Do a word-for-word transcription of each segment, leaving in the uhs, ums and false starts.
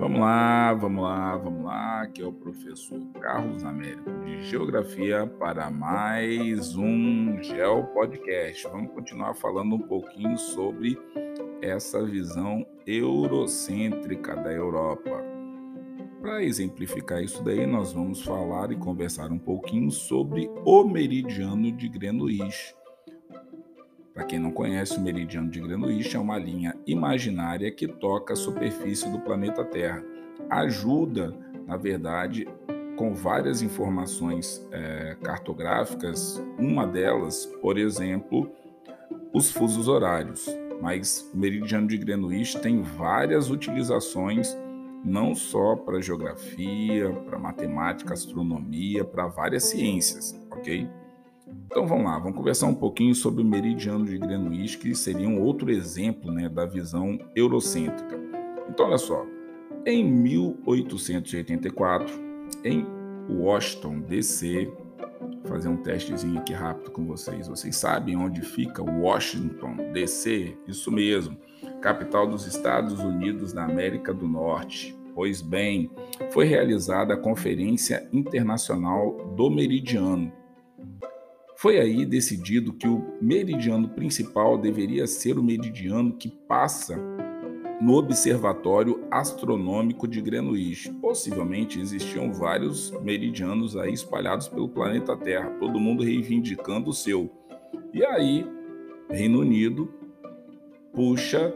Vamos lá, vamos lá, vamos lá, aqui é o professor Carlos Américo de Geografia para mais um Geo Podcast. Vamos continuar falando um pouquinho sobre essa visão eurocêntrica da Europa. Para exemplificar isso daí, nós vamos falar e conversar um pouquinho sobre o meridiano de Greenwich. Para quem não conhece, o meridiano de Greenwich é uma linha imaginária que toca a superfície do planeta Terra. Ajuda, na verdade, com várias informações é, cartográficas, uma delas, por exemplo, os fusos horários. Mas o meridiano de Greenwich tem várias utilizações, não só para geografia, para matemática, astronomia, para várias ciências, ok? Então vamos lá, vamos conversar um pouquinho sobre o meridiano de Greenwich, que seria um outro exemplo, né, da visão eurocêntrica. Então olha só, em mil oitocentos e oitenta e quatro, em Washington, D C, vou fazer um testezinho aqui rápido com vocês. Vocês sabem onde fica Washington, D C? Isso mesmo, capital dos Estados Unidos da América do Norte. Pois bem, foi realizada a Conferência Internacional do Meridiano. Foi aí decidido que o meridiano principal deveria ser o meridiano que passa no Observatório Astronômico de Greenwich. Possivelmente existiam vários meridianos aí espalhados pelo planeta Terra, todo mundo reivindicando o seu. E aí, Reino Unido puxa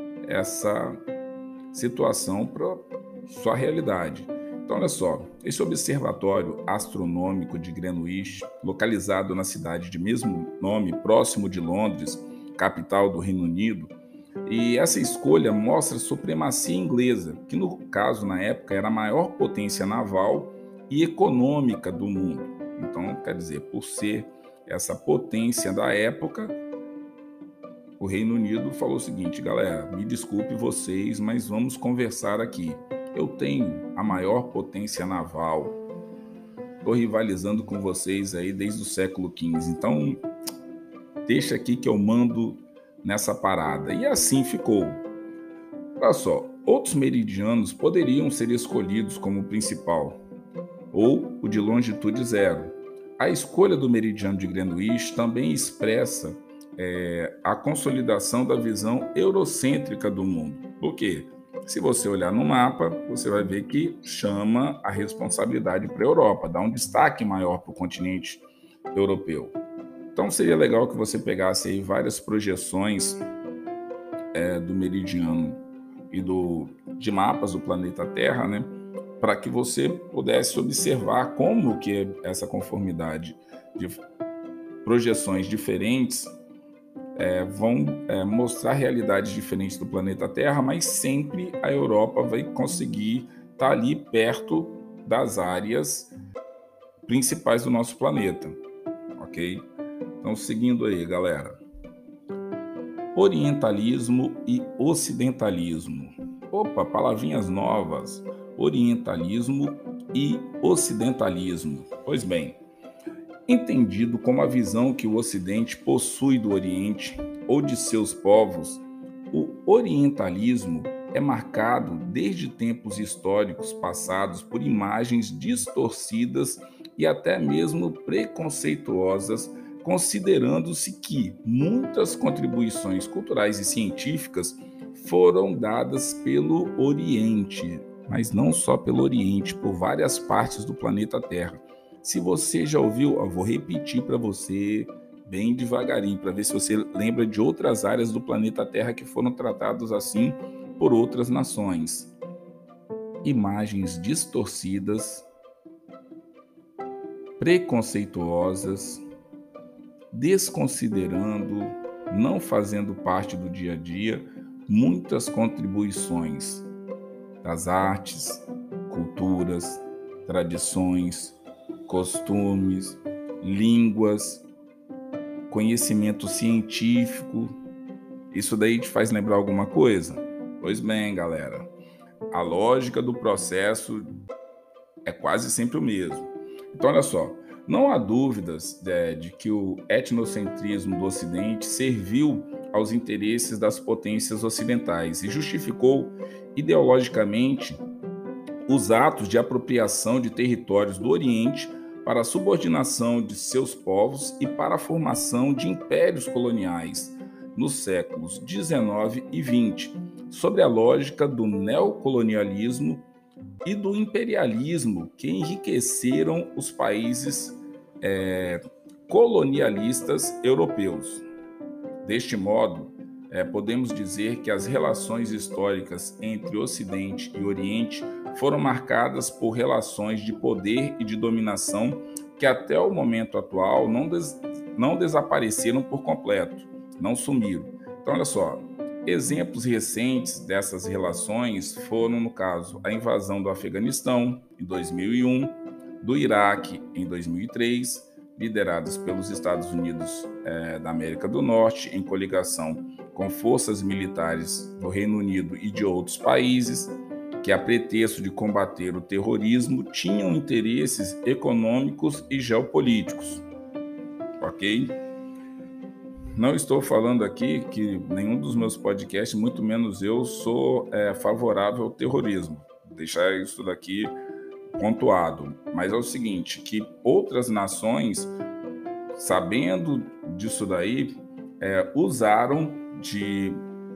essa situação para sua realidade. Então, olha só, esse observatório astronômico de Greenwich, localizado na cidade de mesmo nome, próximo de Londres, capital do Reino Unido, e essa escolha mostra a supremacia inglesa, que no caso, na época, era a maior potência naval e econômica do mundo. Então, quer dizer, por ser essa potência da época, o Reino Unido falou o seguinte: galera, me desculpe vocês, mas vamos conversar aqui. Eu tenho a maior potência naval, estou rivalizando com vocês aí desde o século quinze, então deixa aqui que eu mando nessa parada. E assim ficou. Olha só, outros meridianos poderiam ser escolhidos como principal, ou o de longitude zero. A escolha do meridiano de Greenwich também expressa é, a consolidação da visão eurocêntrica do mundo. Por quê? Se você olhar no mapa, você vai ver que chama a responsabilidade para a Europa, dá um destaque maior para o continente europeu. Então seria legal que você pegasse aí várias projeções é, do meridiano e do, de mapas do planeta Terra, né, para que você pudesse observar como que essa conformidade de projeções diferentes É, vão é, mostrar realidades diferentes do planeta Terra, mas sempre a Europa vai conseguir estar ali perto das áreas principais do nosso planeta, ok? Então, seguindo aí, galera. Orientalismo e ocidentalismo. Opa, palavrinhas novas. Orientalismo e ocidentalismo. Pois bem, entendido como a visão que o Ocidente possui do Oriente ou de seus povos, o orientalismo é marcado desde tempos históricos passados por imagens distorcidas e até mesmo preconceituosas, considerando-se que muitas contribuições culturais e científicas foram dadas pelo Oriente, mas não só pelo Oriente, por várias partes do planeta Terra. Se você já ouviu, eu vou repetir para você bem devagarinho, para ver se você lembra de outras áreas do planeta Terra que foram tratadas assim por outras nações. Imagens distorcidas, preconceituosas, desconsiderando, não fazendo parte do dia a dia, muitas contribuições das artes, culturas, tradições, costumes, línguas, conhecimento científico. Isso daí te faz lembrar alguma coisa? Pois bem, galera, a lógica do processo é quase sempre o mesmo. Então, olha só, não há dúvidas de, de que o etnocentrismo do Ocidente serviu aos interesses das potências ocidentais e justificou ideologicamente os atos de apropriação de territórios do Oriente para a subordinação de seus povos e para a formação de impérios coloniais nos séculos dezenove e vinte, sobre a lógica do neocolonialismo e do imperialismo que enriqueceram os países é, colonialistas europeus. Deste modo, é, podemos dizer que as relações históricas entre Ocidente e Oriente foram marcadas por relações de poder e de dominação que até o momento atual não, des não desapareceram por completo, não sumiram. Então, olha só, exemplos recentes dessas relações foram, no caso, a invasão do Afeganistão, em dois mil e um, do Iraque, em dois mil e três, lideradas pelos Estados Unidos eh, da América do Norte, em coligação com forças militares do Reino Unido e de outros países, que, a pretexto de combater o terrorismo, tinham interesses econômicos e geopolíticos. Ok? Não estou falando aqui que nenhum dos meus podcasts, muito menos eu, sou é, favorável ao terrorismo. Vou deixar isso daqui pontuado. Mas é o seguinte, que outras nações, sabendo disso daí, é, usaram de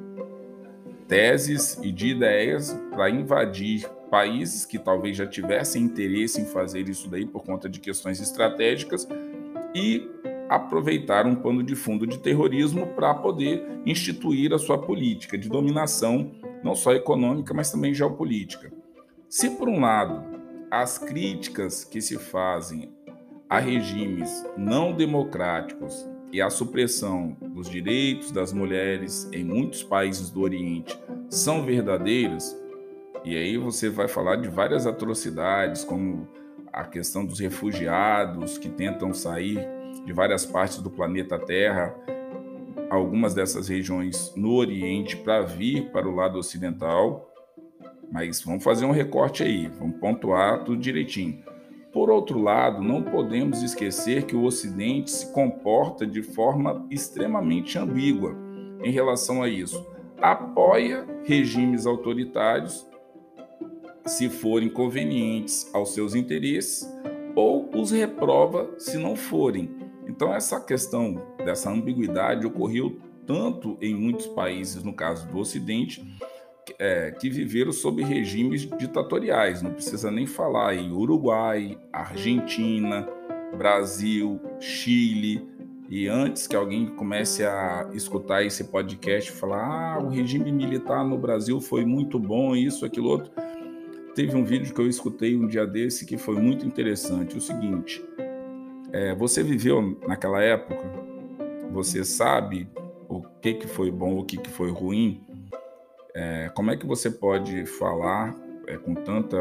teses e de ideias para invadir países que talvez já tivessem interesse em fazer isso daí por conta de questões estratégicas e aproveitar um pano de fundo de terrorismo para poder instituir a sua política de dominação, não só econômica, mas também geopolítica. Se, por um lado, as críticas que se fazem a regimes não democráticos e a supressão dos direitos das mulheres em muitos países do Oriente são verdadeiras, e aí você vai falar de várias atrocidades, como a questão dos refugiados que tentam sair de várias partes do planeta Terra, algumas dessas regiões no Oriente, para vir para o lado ocidental, mas vamos fazer um recorte aí, vamos pontuar tudo direitinho. Por outro lado, não podemos esquecer que o Ocidente se comporta de forma extremamente ambígua em relação a isso. Apoia regimes autoritários se forem convenientes aos seus interesses ou os reprova se não forem. Então, essa questão dessa ambiguidade ocorreu tanto em muitos países, no caso do Ocidente, É, que viveram sob regimes ditatoriais, não precisa nem falar em Uruguai, Argentina, Brasil, Chile, e antes que alguém comece a escutar esse podcast e falar ah, o regime militar no Brasil foi muito bom, isso, aquilo, outro, teve um vídeo que eu escutei um dia desse que foi muito interessante, o seguinte, é, você viveu naquela época, você sabe o que, que foi bom, o que, que foi ruim. É, como é que você pode falar é, com tanta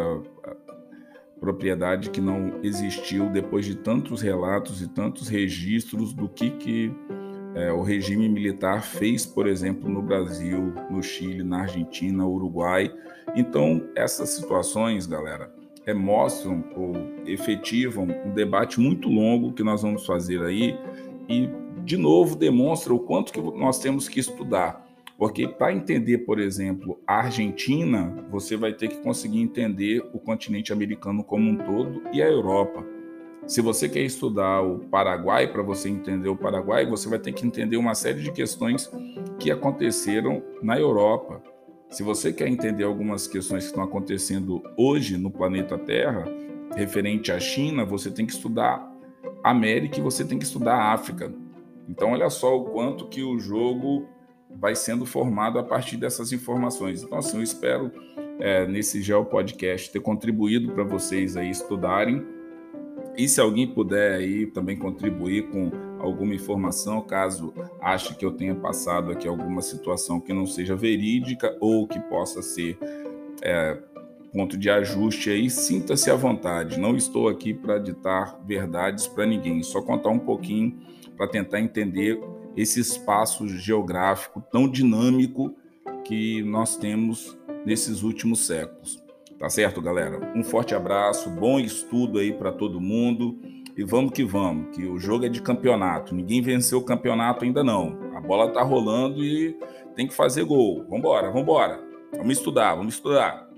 propriedade que não existiu depois de tantos relatos e tantos registros do que, que é, o regime militar fez, por exemplo, no Brasil, no Chile, na Argentina, Uruguai? Então, essas situações, galera, é, mostram ou efetivam um debate muito longo que nós vamos fazer aí e, de novo, demonstra o quanto que nós temos que estudar. Porque para entender, por exemplo, a Argentina, você vai ter que conseguir entender o continente americano como um todo e a Europa. Se você quer estudar o Paraguai, para você entender o Paraguai, você vai ter que entender uma série de questões que aconteceram na Europa. Se você quer entender algumas questões que estão acontecendo hoje no planeta Terra, referente à China, você tem que estudar a América e você tem que estudar a África. Então, olha só o quanto que o jogo vai sendo formado a partir dessas informações. Então, assim, eu espero, é, nesse GeoPodcast, ter contribuído para vocês aí estudarem. E se alguém puder aí também contribuir com alguma informação, caso ache que eu tenha passado aqui alguma situação que não seja verídica ou que possa ser é, ponto de ajuste aí, sinta-se à vontade. Não estou aqui para ditar verdades para ninguém, só contar um pouquinho para tentar entender esse espaço geográfico tão dinâmico que nós temos nesses últimos séculos. Tá certo, galera? Um forte abraço, bom estudo aí para todo mundo e vamos que vamos, que o jogo é de campeonato. Ninguém venceu o campeonato ainda não. A bola tá rolando e tem que fazer gol. Vambora, vambora. Vamos estudar, vamos estudar.